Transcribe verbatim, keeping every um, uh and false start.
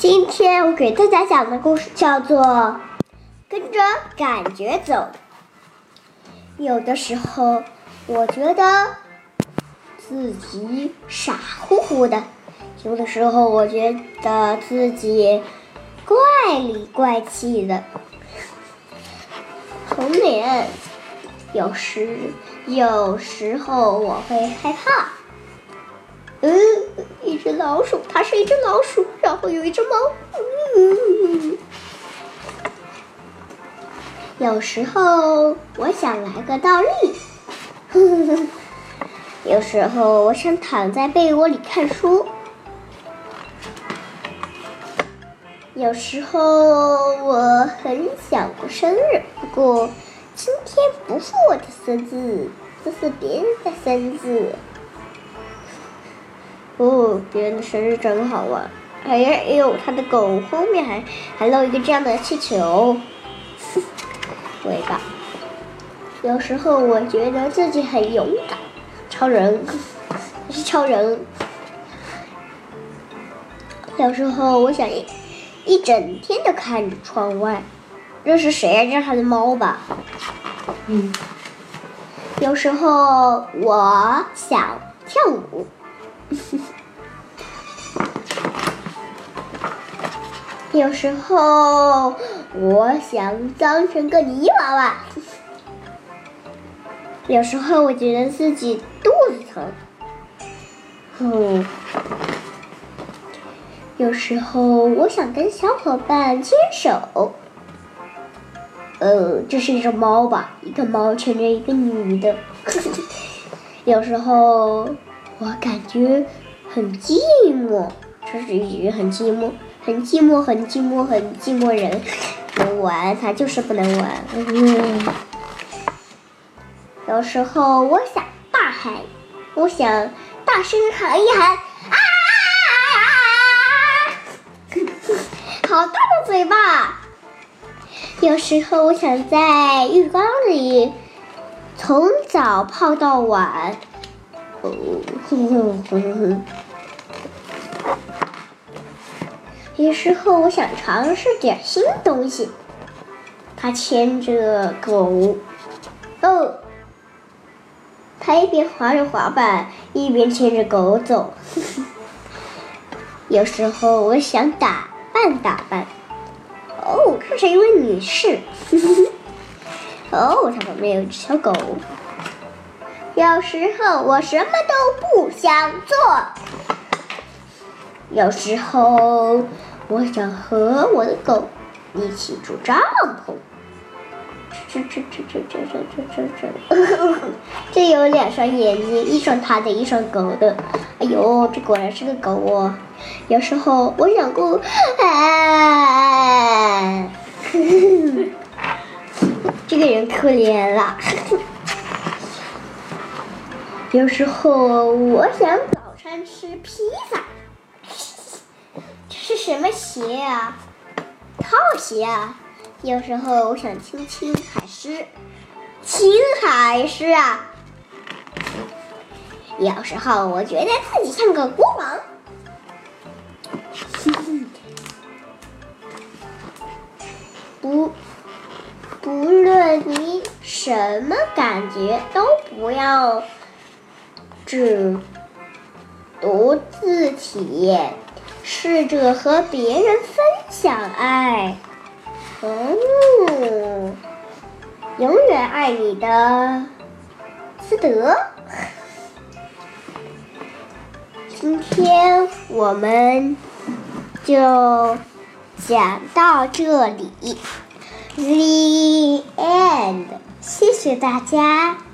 今天我给大家讲的故事叫做《跟着感觉走》。有的时候，我觉得自己傻乎乎的；有的时候，我觉得自己怪里怪气的。童年，有时有时候我会害怕。嗯，一只老鼠，它是一只老鼠，然后有一只猫。嗯，有时候我想来个倒立，呵呵，有时候我想躺在被窝里看书，有时候我很想过生日，不过今天不是我的生日，这是别人的生日。哦，别人的生日真好玩！哎呀，哎呦，他的狗后面还还露一个这样的气球，尾巴。有时候我觉得自己很勇敢，超人，我是超人。有时候我想一一整天都看着窗外，这是谁呀？这是他的猫吧？嗯。有时候我想跳舞。有时候我想当成个泥娃娃，有时候我觉得自己肚子疼，哦，有时候我想跟小伙伴牵手，呃，这是一只猫吧？一个猫牵着一个女的。有时候我感觉很寂寞，这是一句很寂寞。很寂寞，很寂寞，很寂寞人能玩，他就是不能玩。嗯，有时候我想大喊，我想大声喊一喊啊！好大的嘴巴！有时候我想在浴缸里从早泡到晚。哦，哼哼哼哼。有时候我想尝试点新东西，他牵着狗，哦，他一边滑着滑板，一边牵着狗走。有时候我想打扮打扮，哦，这是一位女士，哦，她旁边有一只小狗。有时候我什么都不想做，有时候我想和我的狗一起住帐篷。这这这这这这这这这，这有两双眼睛，一双它的，一双狗的。哎呦，这果然是个狗哦。有时候我想过，啊，这个人可怜了。有时候我想早餐吃披萨。这是什么鞋啊？套鞋啊！有时候我想亲亲海狮，亲海狮啊！有时候我觉得自己像个国王。不，不论你什么感觉，都不要只独自体验。试着和别人分享爱，哦，永远爱你的斯德。今天我们就讲到这里 ，The end， 谢谢大家。